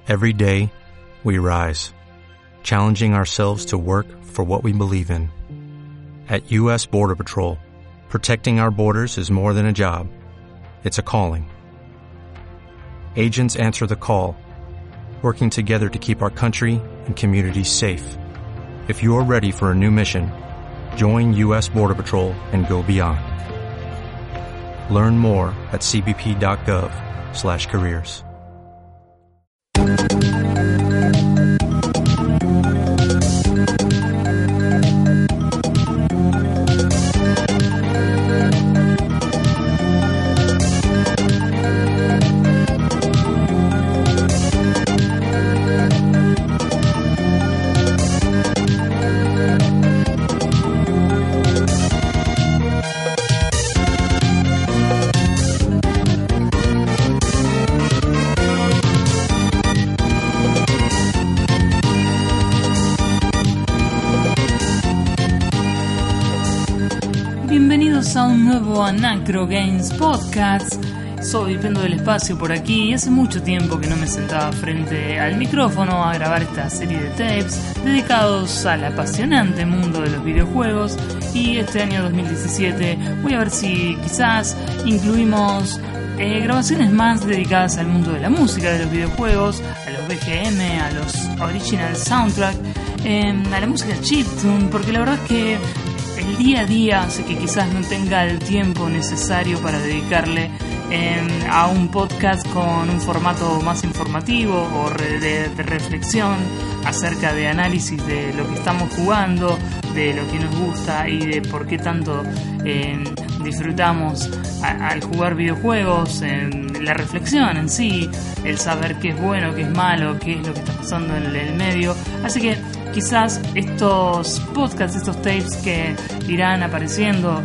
Every day, we rise, challenging ourselves to work for what we believe in. At U.S. Border Patrol, protecting our borders is more than a job. It's a calling. Agents answer the call, working together to keep our country and communities safe. If you're ready for a new mission, join U.S. Border Patrol and go beyond. Learn more at cbp.gov/careers. Bienvenidos a un nuevo Anacro Games Podcast. Soy Pendo del Espacio por aquí y hace mucho tiempo que no me sentaba frente al micrófono a grabar esta serie de tapes dedicados al apasionante mundo de los videojuegos, y este año 2017 voy a ver si quizás incluimos grabaciones más dedicadas al mundo de la música de los videojuegos, a los BGM, a los original soundtrack, a la música chiptune, porque la verdad es que el día a día hace que quizás no tenga el tiempo necesario para dedicarle a un podcast con un formato más informativo o de reflexión acerca de análisis de lo que estamos jugando, de lo que nos gusta y de por qué tanto disfrutamos al jugar videojuegos, la reflexión en sí, el saber qué es bueno, qué es malo, qué es lo que está pasando en el medio. Así que quizás estos podcasts, estos tapes que irán apareciendo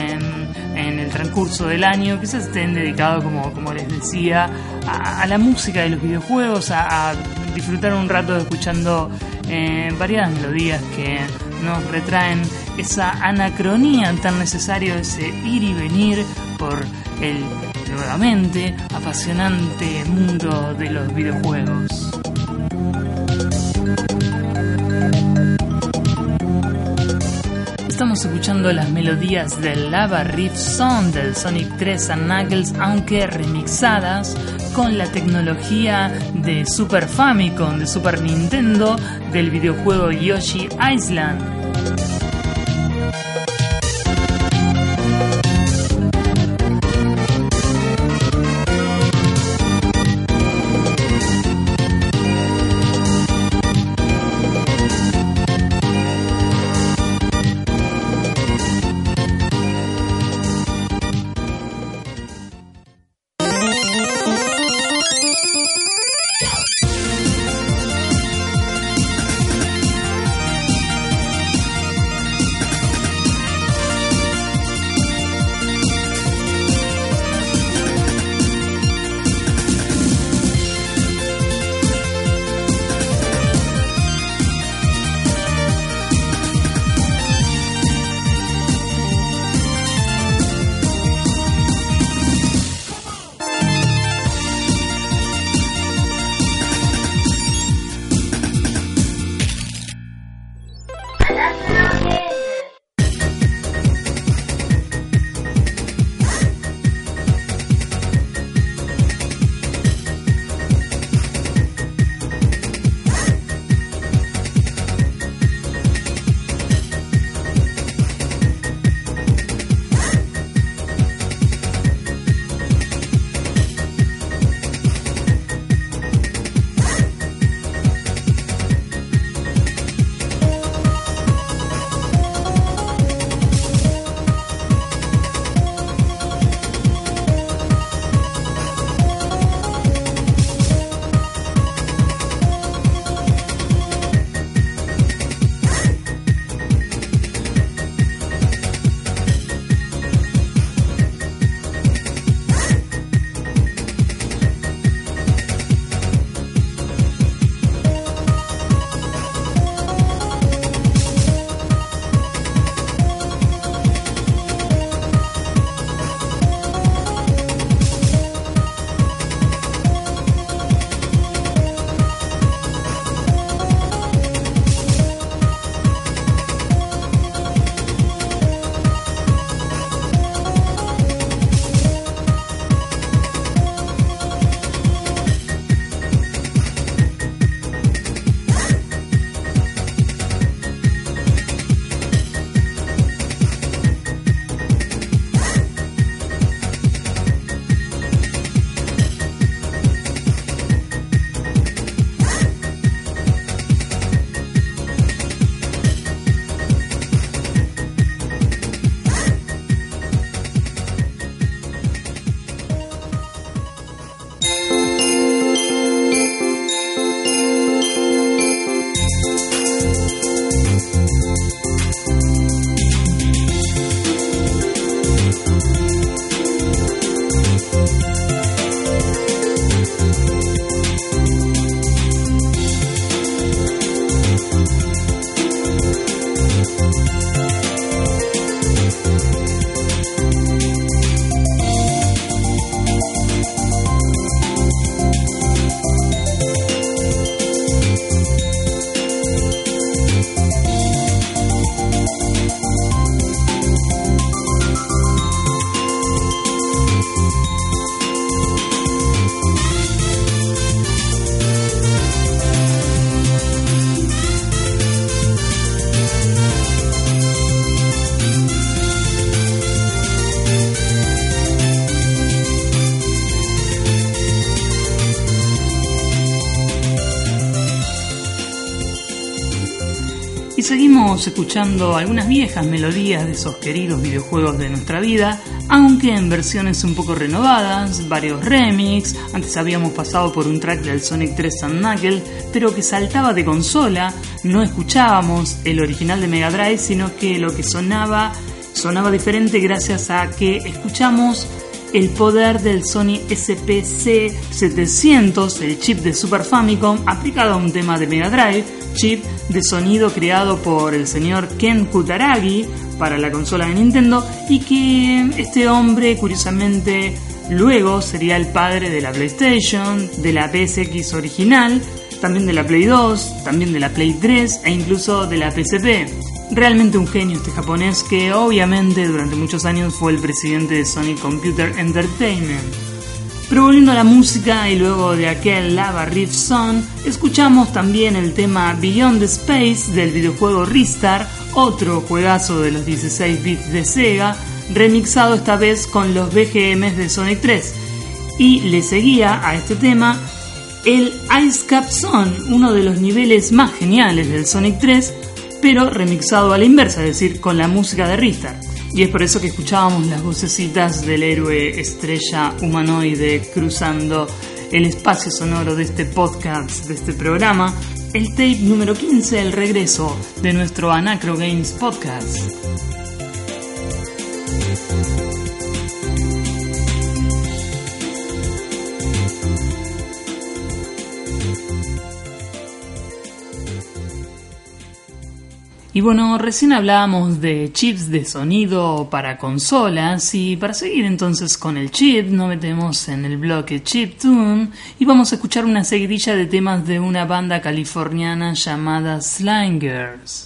en el transcurso del año, quizás estén dedicados, como les decía, a la música de los videojuegos, a disfrutar un rato escuchando variadas melodías que nos retraen esa anacronía tan necesaria, ese ir y venir por el nuevamente apasionante mundo de los videojuegos. Estamos escuchando las melodías del Lava Rift Zone del Sonic 3 and Knuckles, aunque remixadas con la tecnología de Super Famicom, de Super Nintendo, del videojuego Yoshi Island. y seguimos escuchando algunas viejas melodías de esos queridos videojuegos de nuestra vida, aunque en versiones un poco renovadas, varios remix. Antes habíamos pasado por un track del Sonic 3 and Knuckles, pero que saltaba de consola, no escuchábamos el original de Mega Drive, sino que lo que sonaba diferente gracias a que escuchamos el poder del Sony SPC700, el chip de Super Famicom, aplicado a un tema de Mega Drive, chip de sonido creado por el señor Ken Kutaragi para la consola de Nintendo, y que este hombre, curiosamente, luego sería el padre de la PlayStation, de la PSX original, también de la Play 2, también de la Play 3 e incluso de la PSP. Realmente un genio este japonés que obviamente durante muchos años fue el presidente de Sony Computer Entertainment. Pero volviendo a la música y luego de aquel Lava Riff Song, escuchamos también el tema Beyond the Space del videojuego Ristar, otro juegazo de los 16 bits de Sega, remixado esta vez con los BGMs de Sonic 3. Y le seguía a este tema el Ice Cap Zone, uno de los niveles más geniales del Sonic 3, pero remixado a la inversa, es decir, con la música de Ristar. Y es por eso que escuchábamos las vocecitas del héroe estrella humanoide cruzando el espacio sonoro de este podcast, de este programa, el tape número 15, el regreso de nuestro Anacro Games Podcast. Y bueno, recién hablábamos de chips de sonido para consolas, y para seguir entonces con el chip nos metemos en el bloque Chiptune y vamos a escuchar una seguidilla de temas de una banda californiana llamada Slangers.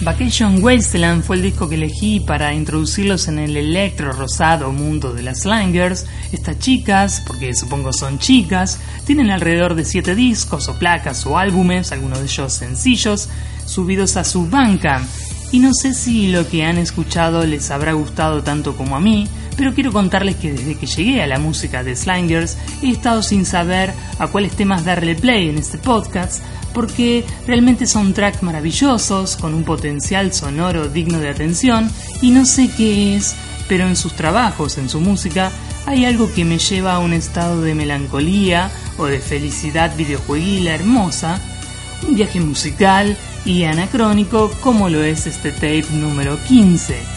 Vacation Wasteland fue el disco que elegí para introducirlos en el electro rosado mundo de las Slangers. Estas chicas, porque supongo son chicas, tienen alrededor de 7 discos o placas o álbumes, algunos de ellos sencillos, subidos a su Bandcamp. Y no sé si lo que han escuchado les habrá gustado tanto como a mí, pero quiero contarles que desde que llegué a la música de Slangers he estado sin saber a cuáles temas darle play en este podcast, porque realmente son tracks maravillosos, con un potencial sonoro digno de atención, y no sé qué es, pero en sus trabajos, en su música, hay algo que me lleva a un estado de melancolía o de felicidad videojueguila hermosa, un viaje musical y anacrónico como lo es este tape número 15.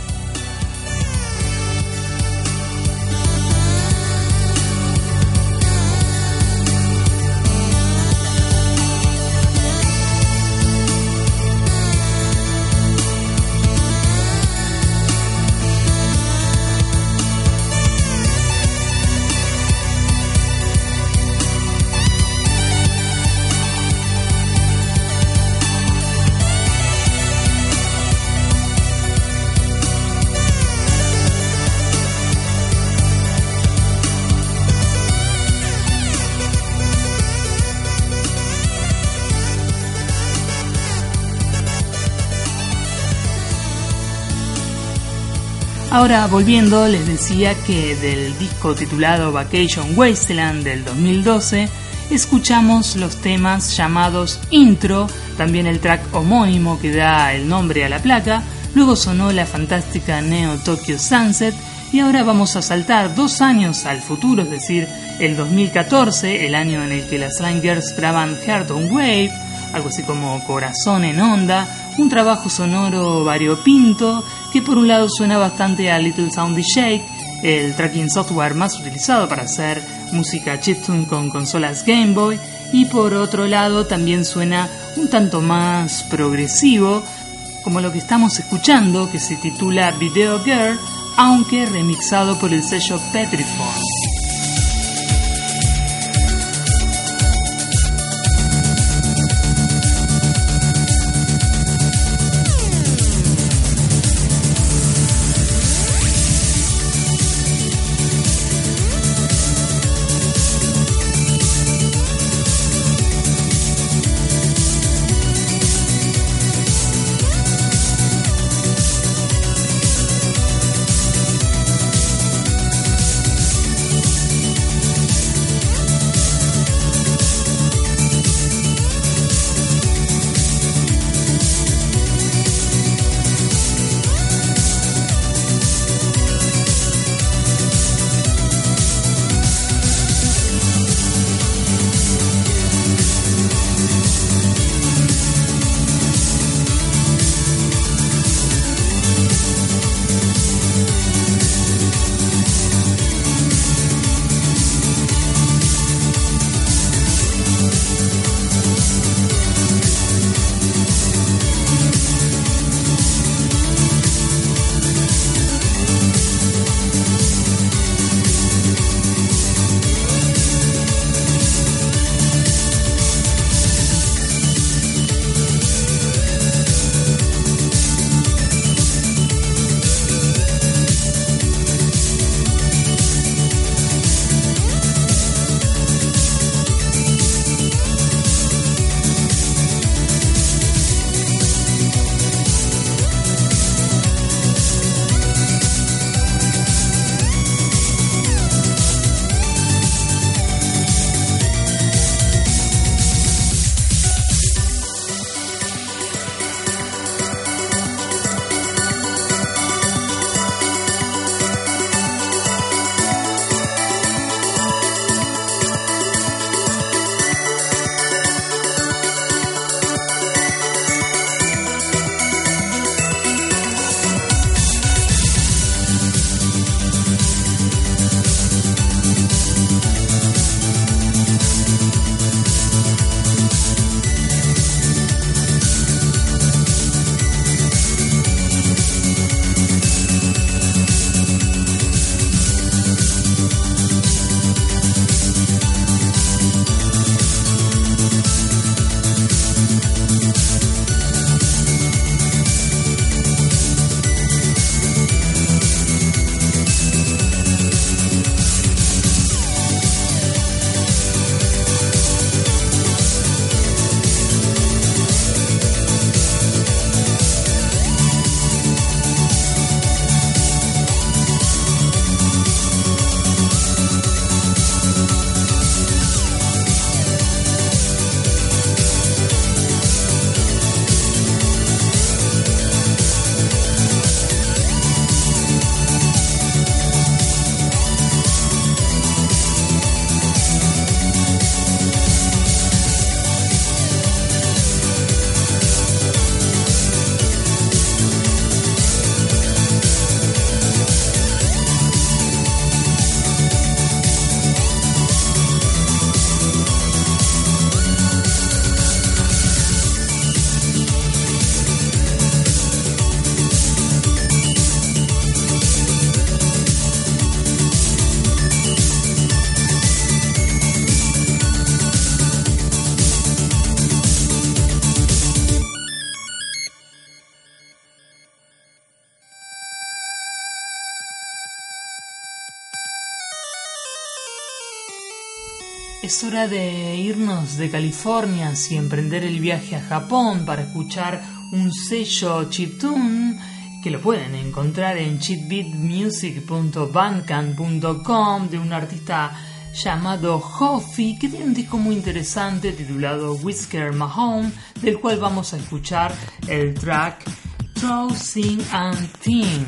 Ahora volviendo, les decía que del disco titulado Vacation Wasteland del 2012 escuchamos los temas llamados Intro, también el track homónimo que da el nombre a la placa, luego sonó la fantástica Neo Tokyo Sunset y ahora vamos a saltar 2 años al futuro, es decir, el 2014, el año en el que las Slangers graban Heart on Wave, algo así como Corazón en Onda, un trabajo sonoro variopinto que por un lado suena bastante a Little Soundy Shake, el tracking software más utilizado para hacer música chiptune con consolas Game Boy, y por otro lado también suena un tanto más progresivo, como lo que estamos escuchando, que se titula Video Girl, aunque remixado por el sello Petriform. Es hora de irnos de California y emprender el viaje a Japón para escuchar un sello chiptune que lo pueden encontrar en chipbeatmusic.bandcamp.com de un artista llamado Hofi, que tiene un disco muy interesante titulado Whisker Mahone, del cual vamos a escuchar el track Throw, Sing and Think.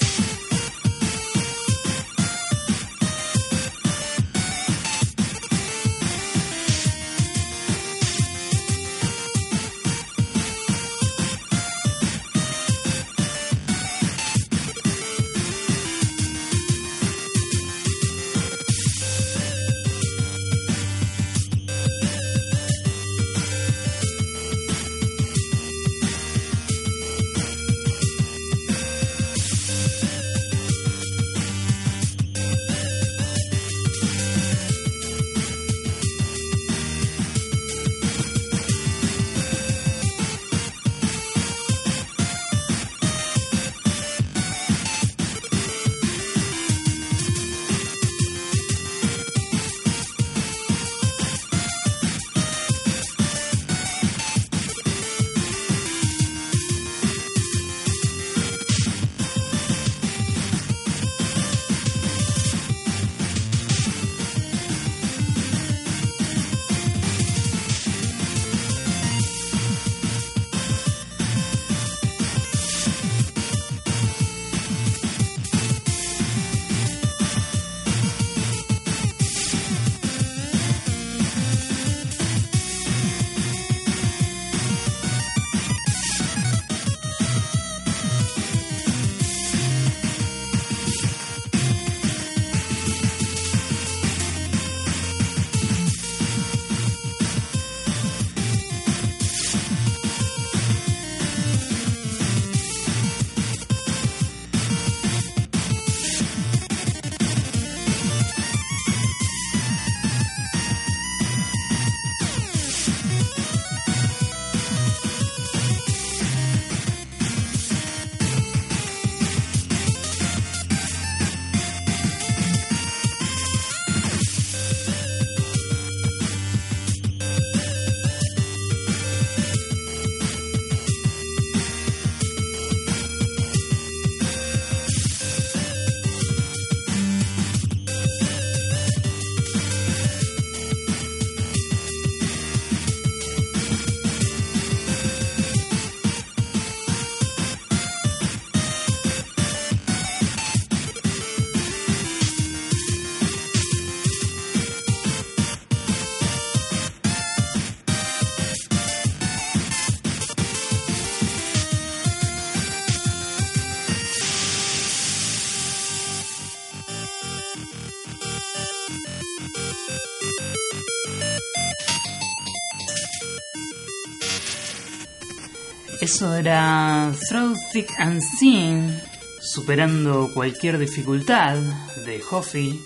Eso era Throw, Thick and Thin, superando cualquier dificultad, de Hofi.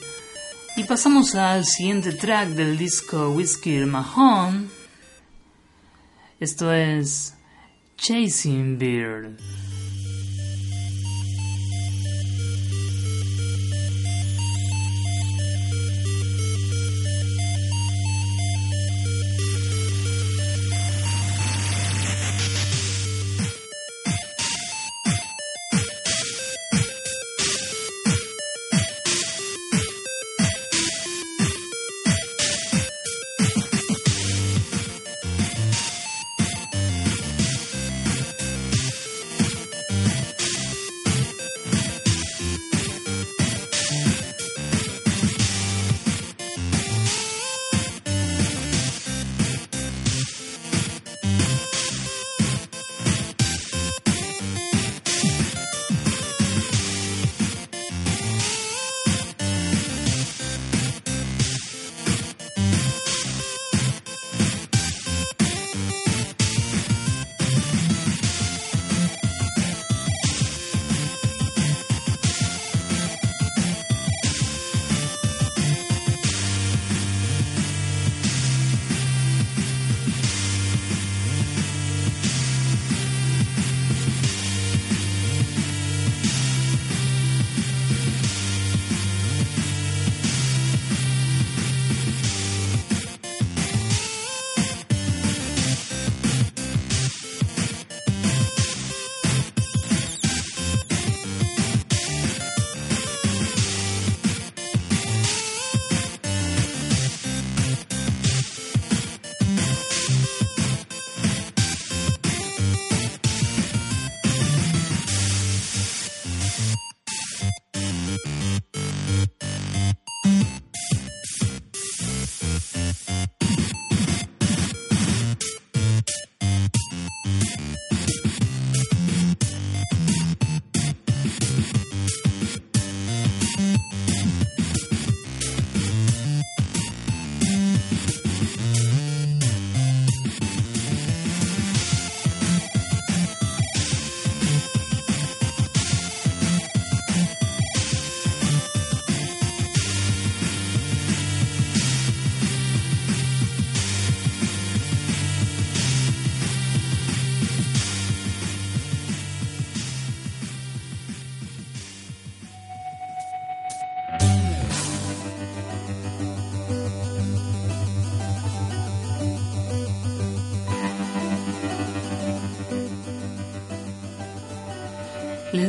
Y pasamos al siguiente track del disco Whisker Mahone. Esto es Chasing Bird.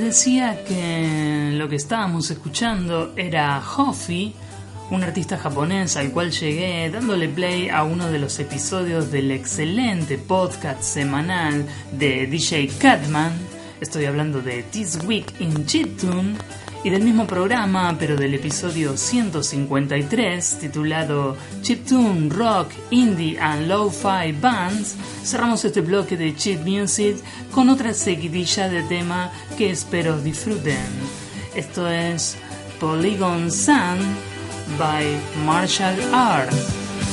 decía que lo que estábamos escuchando era Hofi, un artista japonés al cual llegué dándole play a uno de los episodios del excelente podcast semanal de DJ Catman. Estoy hablando de This Week in Chiptune, y del mismo programa, pero del episodio 153, titulado Chiptune, Rock, Indie and Lo-Fi Bands, cerramos este bloque de Chip Music con otra seguidilla de tema que espero disfruten. Esto es Polygon Sun by Martial Arts.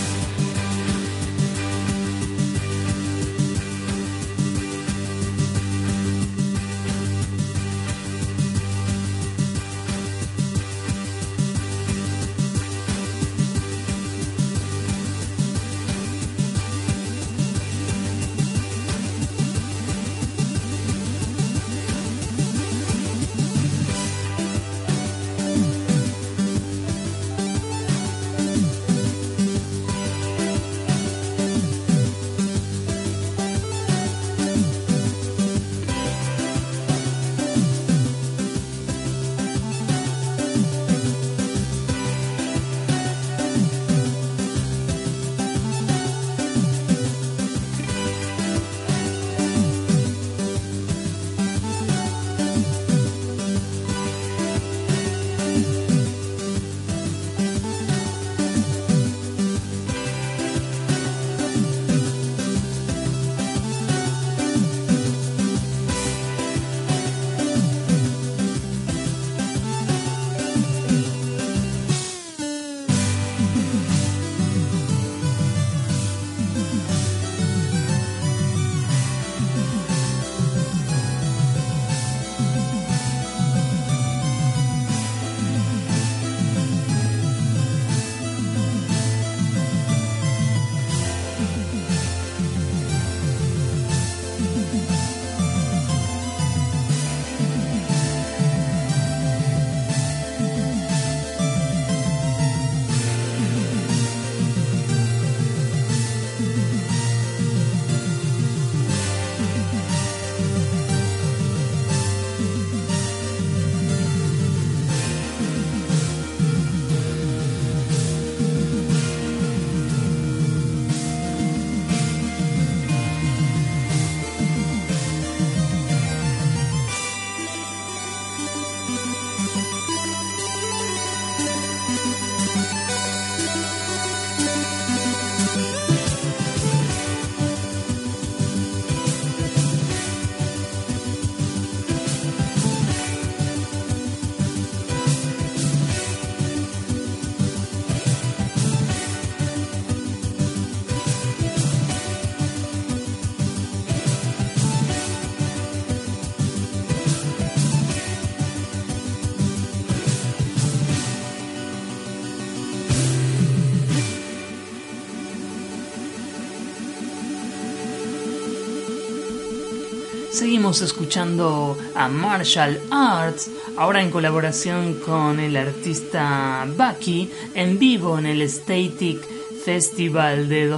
Seguimos escuchando a Martial Arts, ahora en colaboración con el artista Bucky, en vivo en el Static Festival de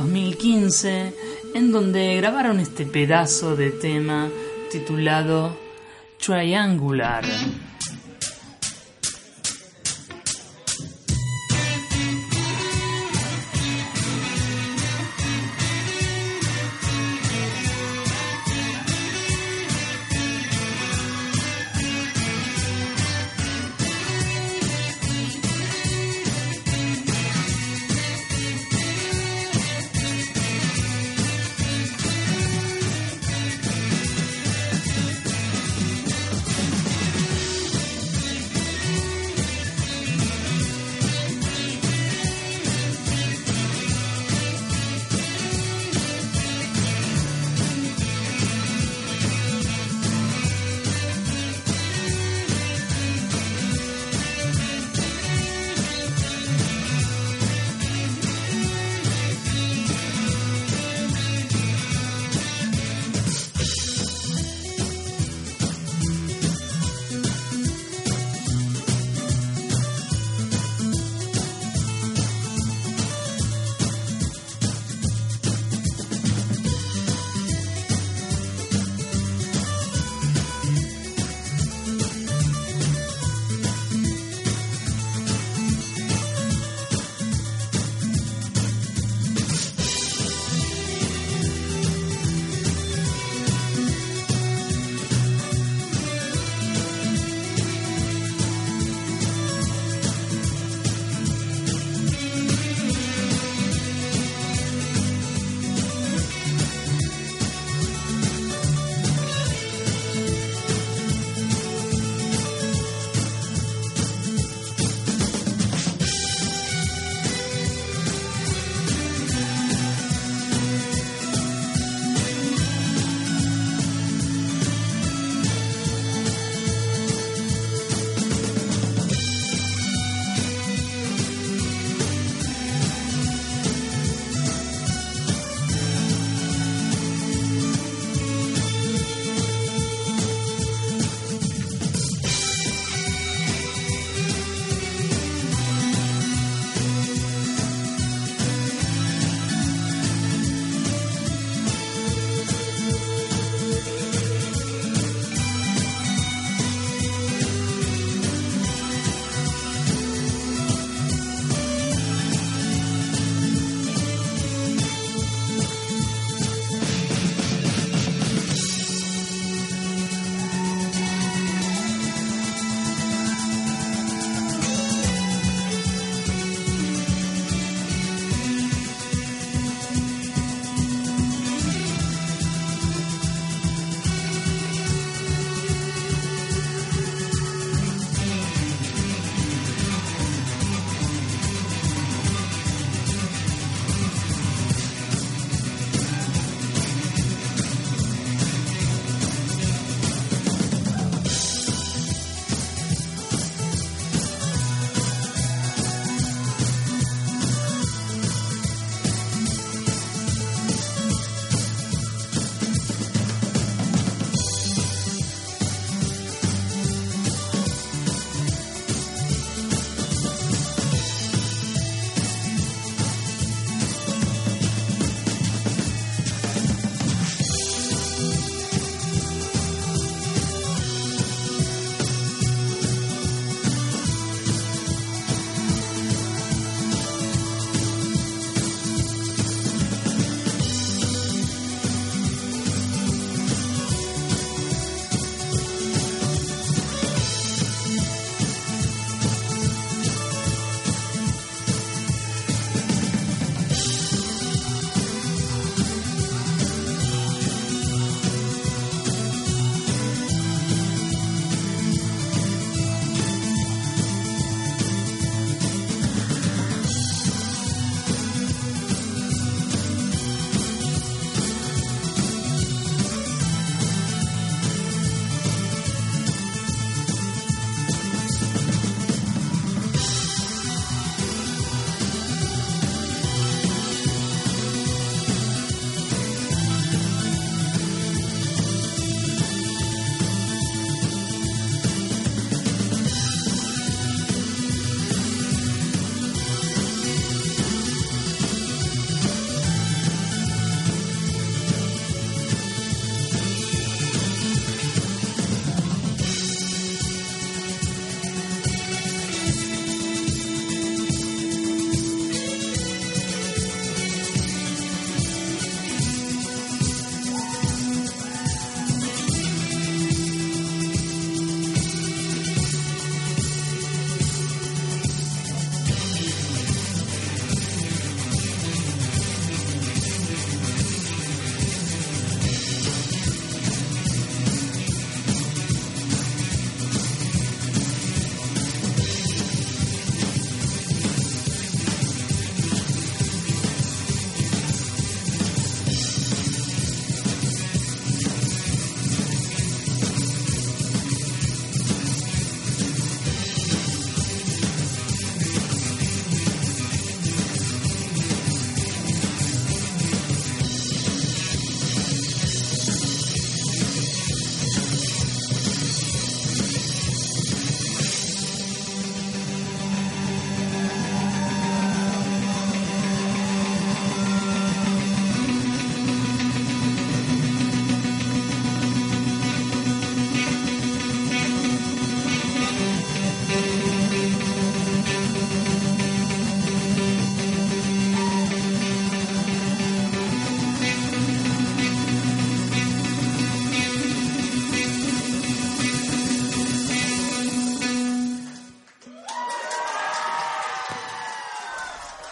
2015, en donde grabaron este pedazo de tema titulado Triangular.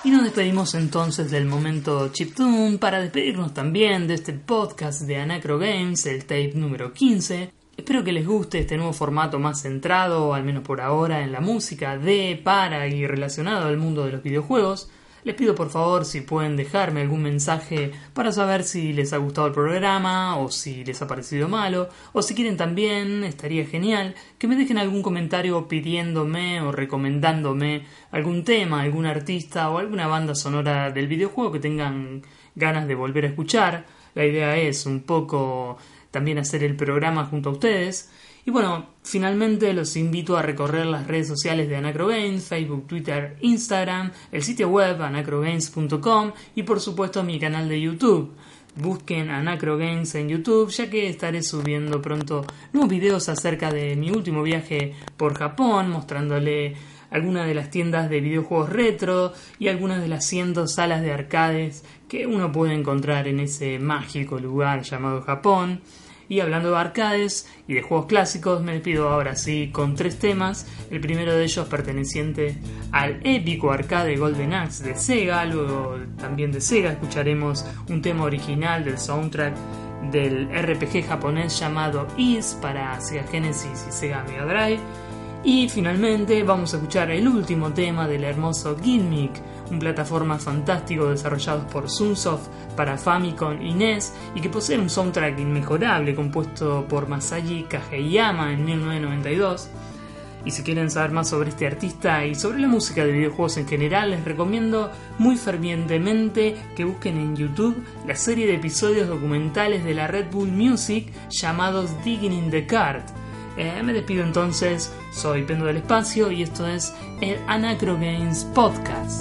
Y nos despedimos entonces del momento chiptune para despedirnos también de este podcast de Anacro Games, el tape número 15. Espero que les guste este nuevo formato más centrado, al menos por ahora, en la música de, para y relacionado al mundo de los videojuegos. Les pido por favor si pueden dejarme algún mensaje para saber si les ha gustado el programa o si les ha parecido malo, o si quieren también, estaría genial, que me dejen algún comentario pidiéndome o recomendándome algún tema, algún artista o alguna banda sonora del videojuego que tengan ganas de volver a escuchar. La idea es un poco también hacer el programa junto a ustedes. Y bueno, finalmente los invito a recorrer las redes sociales de Anacro Games, Facebook, Twitter, Instagram, el sitio web anacrogames.com y por supuesto mi canal de YouTube. Busquen Anacro Games en YouTube, ya que estaré subiendo pronto nuevos videos acerca de mi último viaje por Japón, mostrándole algunas de las tiendas de videojuegos retro y algunas de las cientos salas de arcades que uno puede encontrar en ese mágico lugar llamado Japón. Y hablando de arcades y de juegos clásicos, me despido ahora sí con 3 temas. El primero de ellos perteneciente al épico arcade Golden Axe de Sega. Luego también de Sega escucharemos un tema original del soundtrack del RPG japonés llamado Ys para Sega Genesis y Sega Mega Drive. Y finalmente vamos a escuchar el último tema del hermoso Gimmick, un plataforma fantástico desarrollado por Sunsoft para Famicom y NES y que posee un soundtrack inmejorable compuesto por Masashi Kageyama en 1992. Y si quieren saber más sobre este artista y sobre la música de videojuegos en general, les recomiendo muy fervientemente que busquen en YouTube la serie de episodios documentales de la Red Bull Music llamados Digging in the Cart. Me despido entonces, soy Pendo del Espacio y esto es el Anacro Games Podcast.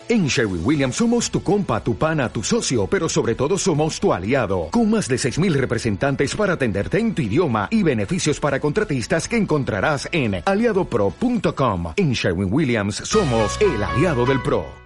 En Sherwin-Williams somos tu compa, tu pana, tu socio, pero sobre todo somos tu aliado. Con más de 6,000 representantes para atenderte en tu idioma y beneficios para contratistas que encontrarás en aliadopro.com. En Sherwin-Williams somos el aliado del pro.